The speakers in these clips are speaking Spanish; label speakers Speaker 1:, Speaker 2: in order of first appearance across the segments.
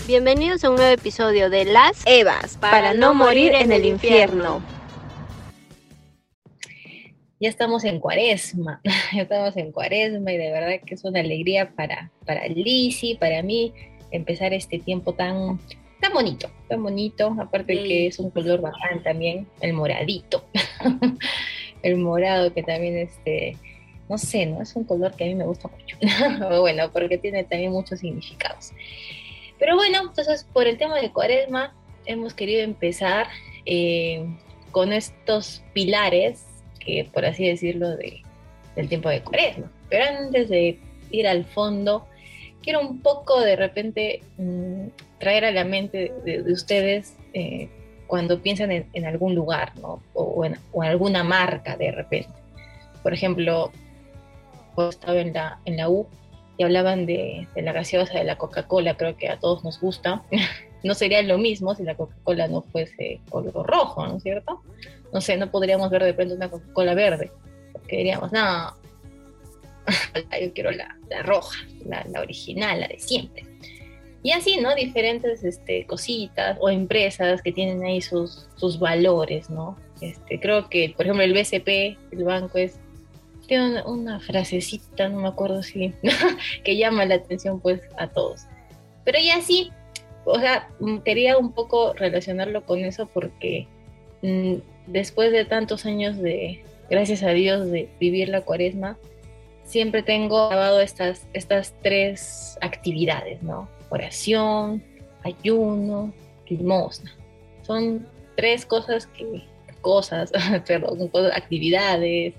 Speaker 1: Bienvenidos a un nuevo episodio de Las Evas, para no morir en el infierno.
Speaker 2: Ya estamos en Cuaresma, y de verdad que es una alegría para Lizzy, para mí, empezar este tiempo tan bonito, aparte de que es un color bacán también, el moradito, el morado que también no sé, ¿no? Es un color que a mí me gusta mucho, bueno, porque tiene también muchos significados. Pero bueno, entonces por el tema de Cuaresma hemos querido empezar con estos pilares, que por así decirlo, del tiempo de Cuaresma. Pero antes de ir al fondo, quiero un poco de repente traer a la mente de ustedes cuando piensan en algún lugar, ¿no? O en alguna marca de repente. Por ejemplo, cuando estaba en la U y hablaban de la gaseosa de la Coca-Cola, creo que a todos nos gusta. No sería lo mismo si la Coca-Cola no fuese color rojo, ¿no es cierto? No sé, no podríamos ver de pronto una Coca-Cola verde, porque diríamos, no, yo quiero la roja, la original, la de siempre. Y así, ¿no? Diferentes cositas o empresas que tienen ahí sus valores, ¿no? Creo que, por ejemplo, el BCP, el banco, tiene una frasecita, no me acuerdo si, que llama la atención pues a todos. Pero ya sí, o sea, quería un poco relacionarlo con eso porque después de tantos años gracias a Dios, de vivir la Cuaresma, siempre tengo grabado estas tres actividades, ¿no? Oración, ayuno, limosna. Son tres actividades,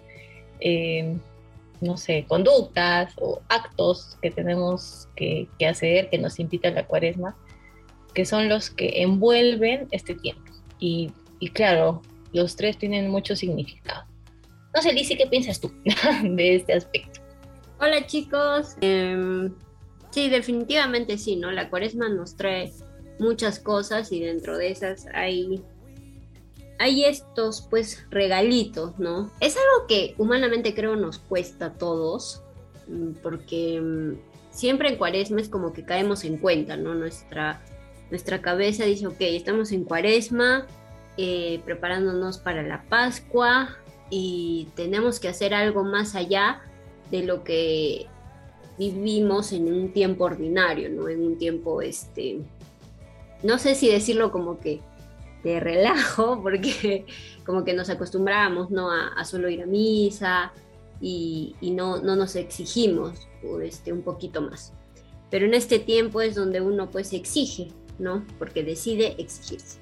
Speaker 2: no sé, conductas o actos que tenemos que hacer, que nos invita a la Cuaresma, que son los que envuelven este tiempo. Y claro, los tres tienen mucho significado. No sé, Lizzy, ¿qué piensas tú de este aspecto?
Speaker 1: Hola chicos, sí, definitivamente sí, ¿no? La Cuaresma nos trae muchas cosas y dentro de esas hay estos pues regalitos, ¿no? Es algo que humanamente creo nos cuesta a todos, porque siempre en Cuaresma es como que caemos en cuenta, ¿no? Nuestra cabeza dice, ok, estamos en Cuaresma, preparándonos para la Pascua y tenemos que hacer algo más allá de lo que vivimos en un tiempo ordinario, ¿no? En un tiempo, no sé si decirlo como que de relajo, porque como que nos acostumbramos, ¿no? a solo ir a misa y no nos exigimos un poquito más. Pero en este tiempo es donde uno pues exige, ¿no? Porque decide exigirse.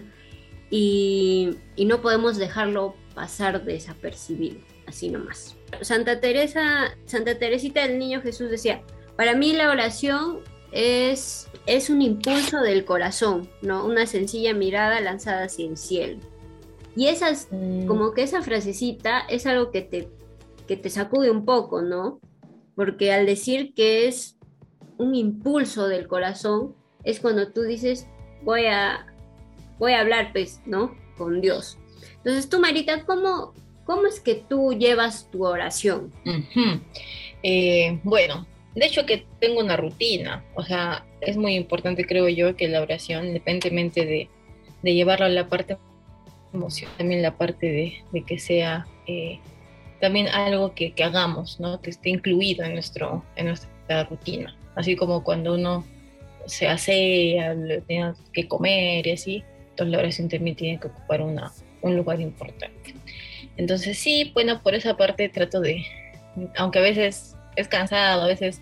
Speaker 1: y no podemos dejarlo pasar desapercibido, así nomás. Santa Teresita del Niño Jesús decía, para mí la oración es un impulso del corazón, ¿no? Una sencilla mirada lanzada hacia el cielo. Y como que esa frasecita es algo que te sacude un poco, ¿no? Porque al decir que es un impulso del corazón, es cuando tú dices, voy a hablar, pues, ¿no? Con Dios. Entonces, tú, Marita, ¿cómo es que tú llevas tu oración?
Speaker 2: Uh-huh. Bueno, de hecho que tengo una rutina, o sea, es muy importante, creo yo, que la oración, independientemente de llevarla a la parte emocional, también la parte de que sea también algo que hagamos, ¿no? Que esté incluido en nuestra rutina, así como cuando uno se asea, tiene que comer y así, entonces la oración también tiene que ocupar un lugar importante. Entonces sí, bueno, por esa parte trato aunque a veces es cansado, a veces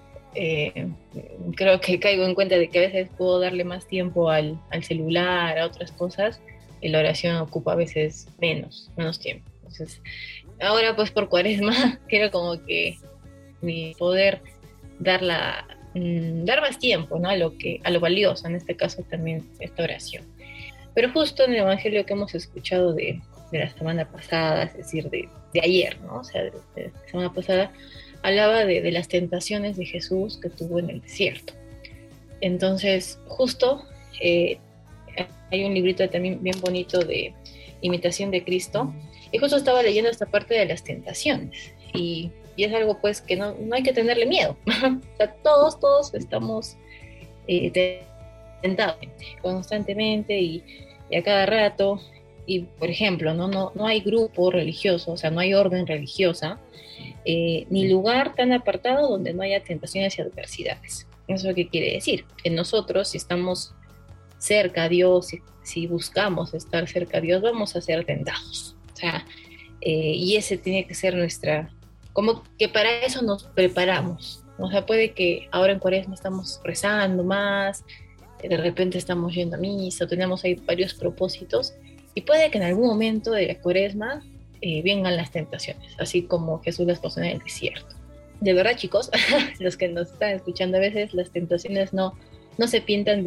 Speaker 2: creo que caigo en cuenta de que a veces puedo darle más tiempo al celular, a otras cosas, y la oración ocupa a veces menos tiempo. Entonces, ahora pues por Cuaresma quiero como que poder dar más tiempo, ¿no? a lo valioso, en este caso también esta oración. Pero justo en el Evangelio que hemos escuchado de la semana pasada, es decir, de ayer, ¿no? O sea, de la semana pasada, hablaba de las tentaciones de Jesús que tuvo en el desierto. Entonces, justo hay un librito también bien bonito de Imitación de Cristo, y justo estaba leyendo esta parte de las tentaciones, y es algo pues que no hay que tenerle miedo. O sea, todos estamos constantemente y a cada rato. Y, por ejemplo, no hay grupo religioso, o sea, no hay orden religiosa, ni lugar tan apartado donde no haya tentaciones y adversidades. ¿Eso qué quiere decir? Que nosotros, si estamos cerca a Dios, si buscamos estar cerca a Dios, vamos a ser tentados. O sea, y ese tiene que ser como que para eso nos preparamos. O sea, puede que ahora en Cuaresma estamos rezando más, de repente estamos yendo a misa, tenemos ahí varios propósitos, y puede que en algún momento de la Cuaresma vengan las tentaciones, así como Jesús las pasó en el desierto. De verdad, chicos, los que nos están escuchando, a veces las tentaciones no se pintan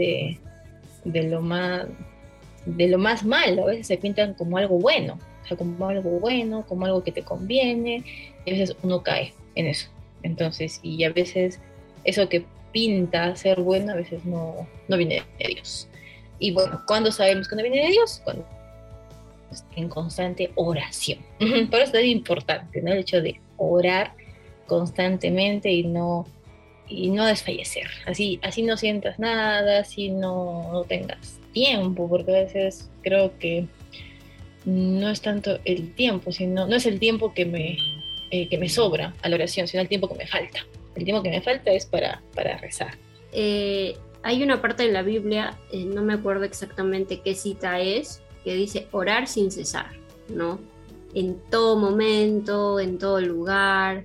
Speaker 2: de lo más malo, a veces se pintan como algo bueno, o sea, como algo bueno, como algo que te conviene, y a veces uno cae en eso. Entonces, y a veces eso que pinta ser bueno, a veces no viene de Dios. Y bueno, ¿cuándo sabemos que no viene de Dios? Cuando en constante oración. Por eso es importante, ¿no? El hecho de orar constantemente y no desfallecer. Así no sientas nada, así no tengas tiempo, porque a veces creo que no es tanto el tiempo, sino no es el tiempo que me sobra a la oración, sino el tiempo que me falta. El tiempo que me falta es para rezar.
Speaker 1: Hay una parte en la Biblia, no me acuerdo exactamente qué cita es, que dice orar sin cesar, ¿no? En todo momento, en todo lugar,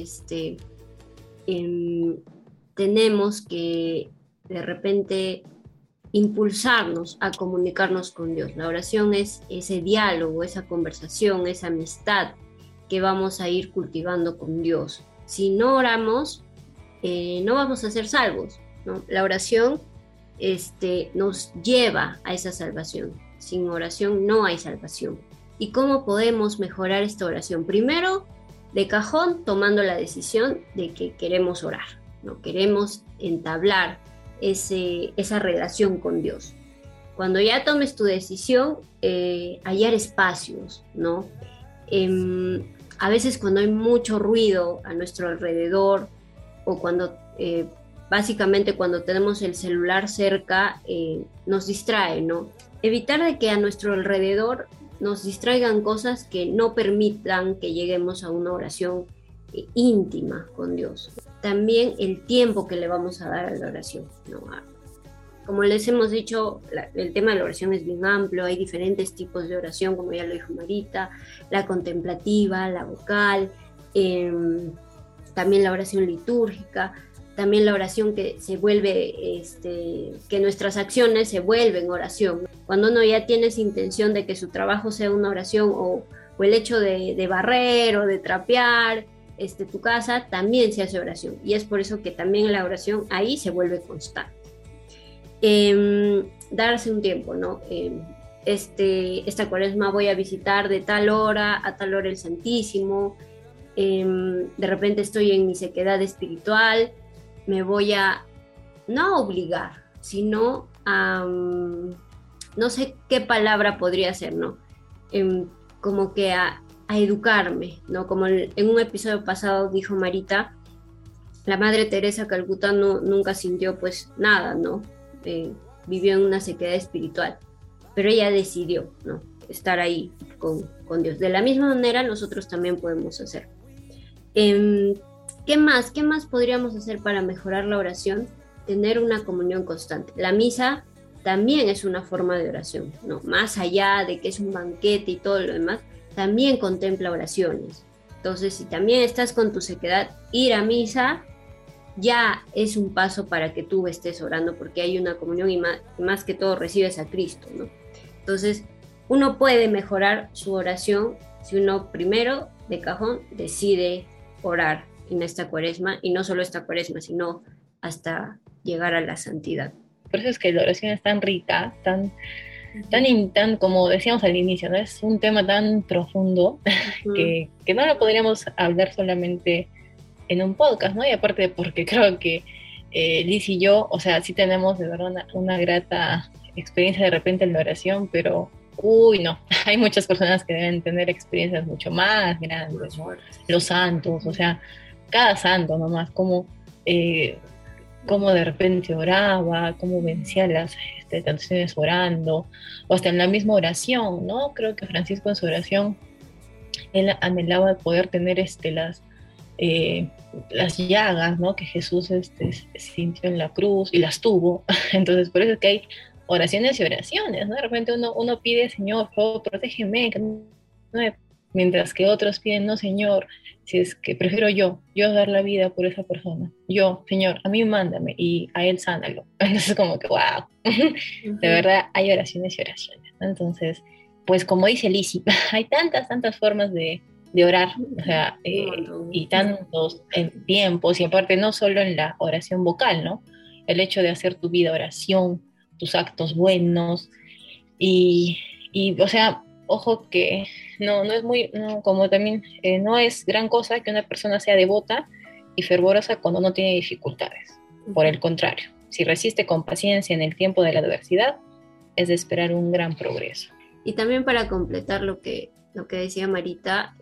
Speaker 1: tenemos que de repente impulsarnos a comunicarnos con Dios. La oración es ese diálogo, esa conversación, esa amistad que vamos a ir cultivando con Dios. Si no oramos, no vamos a ser salvos, ¿no? La oración nos lleva a esa salvación. Sin oración no hay salvación. ¿Y cómo podemos mejorar esta oración? Primero, de cajón, tomando la decisión de que queremos orar, ¿no? Queremos entablar esa relación con Dios. Cuando ya tomes tu decisión, hallar espacios, ¿no? A veces cuando hay mucho ruido a nuestro alrededor o cuando básicamente cuando tenemos el celular cerca, nos distrae, ¿no? Evitar de que a nuestro alrededor nos distraigan cosas que no permitan que lleguemos a una oración íntima con Dios. También el tiempo que le vamos a dar a la oración, ¿no? Como les hemos dicho, el tema de la oración es bien amplio, hay diferentes tipos de oración, como ya lo dijo Marita, la contemplativa, la vocal, también la oración litúrgica, también la oración que se vuelve, que nuestras acciones se vuelven oración. Cuando uno ya tiene esa intención de que su trabajo sea una oración o el hecho de barrer o de trapear tu casa, también se hace oración. Y es por eso que también la oración ahí se vuelve constante. Darse un tiempo, ¿no? Esta Cuaresma voy a visitar de tal hora a tal hora el Santísimo. De repente estoy en mi sequedad espiritual. Me voy a, no a obligar, sino a, no sé qué palabra podría ser, ¿no? Como que a educarme, ¿no? Como en un episodio pasado dijo Marita, la Madre Teresa Calcuta nunca sintió pues nada, ¿no? Vivió en una sequedad espiritual, pero ella decidió, ¿no? Estar ahí con Dios. De la misma manera nosotros también podemos hacer. ¿Qué más podríamos hacer para mejorar la oración? Tener una comunión constante. La misa también es una forma de oración, ¿no? Más allá de que es un banquete y todo lo demás, también contempla oraciones. Entonces, si también estás con tu sequedad, ir a misa ya es un paso para que tú estés orando, porque hay una comunión y más que todo recibes a Cristo, ¿no? Entonces, uno puede mejorar su oración si uno primero, de cajón, decide orar en esta Cuaresma, y no solo esta Cuaresma, sino hasta llegar a la santidad.
Speaker 2: Por eso es que la oración es tan rica, tan como decíamos al inicio, ¿no? Es un tema tan profundo que no lo podríamos hablar solamente en un podcast, ¿no? Y aparte porque creo que Liz y yo, o sea, sí tenemos de verdad una grata experiencia de repente en la oración, pero no, hay muchas personas que deben tener experiencias mucho más grandes, ¿no? Los santos, o sea, cada santo nomás, como cómo de repente oraba, cómo vencía las tentaciones orando, o hasta en la misma oración, ¿no? Creo que Francisco en su oración, él anhelaba poder tener eh, las llagas, ¿no? Que Jesús sintió en la cruz y las tuvo. Entonces, por eso es que hay oraciones y oraciones, ¿no? De repente uno pide, Señor, por favor, protégeme, que no mientras que otros piden, no, Señor, si es que prefiero yo dar la vida por esa persona. Yo, Señor, a mí mándame y a él sánalo. Entonces, como que, wow, de
Speaker 1: Ujú.
Speaker 2: verdad hay oraciones y oraciones, ¿no? Entonces, pues como dice Lizzie, hay tantas formas de orar, o sea,
Speaker 1: Un montón.
Speaker 2: y tantos tiempos, y aparte no solo en la oración vocal, ¿no? El hecho de hacer tu vida oración, tus actos buenos, y, o sea, ojo que no es muy, no, como también no es gran cosa que una persona sea devota y fervorosa cuando no tiene dificultades. Por el contrario, si resiste con paciencia en el tiempo de la adversidad, es de esperar un gran progreso.
Speaker 1: Y también para completar lo que decía Marita,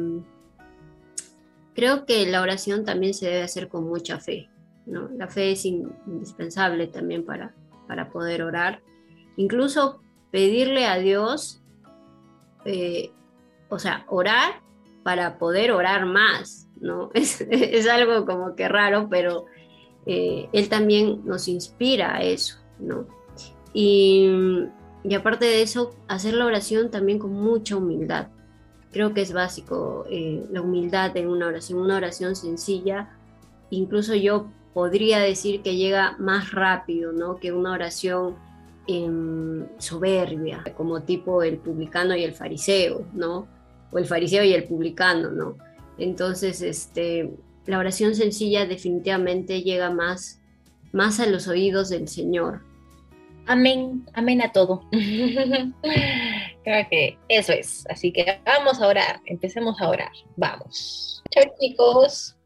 Speaker 1: creo que la oración también se debe hacer con mucha fe, ¿no? La fe es indispensable también para poder orar. Incluso pedirle a Dios, eh, o sea, orar para poder orar más, ¿no? Es algo como que raro, pero Él también nos inspira a eso, ¿no? Y, y aparte de eso, hacer la oración también con mucha humildad. Creo que es básico la humildad en una oración sencilla. Incluso yo podría decir que llega más rápido, ¿no? Que una oración soberbia, como tipo el publicano y el fariseo, ¿no? O el fariseo y el publicano, ¿no? Entonces, la oración sencilla definitivamente llega más a los oídos del Señor.
Speaker 2: Amén, amén a todo. Creo que eso es. Así que vamos a orar, empecemos a orar. Vamos. Chao, chicos.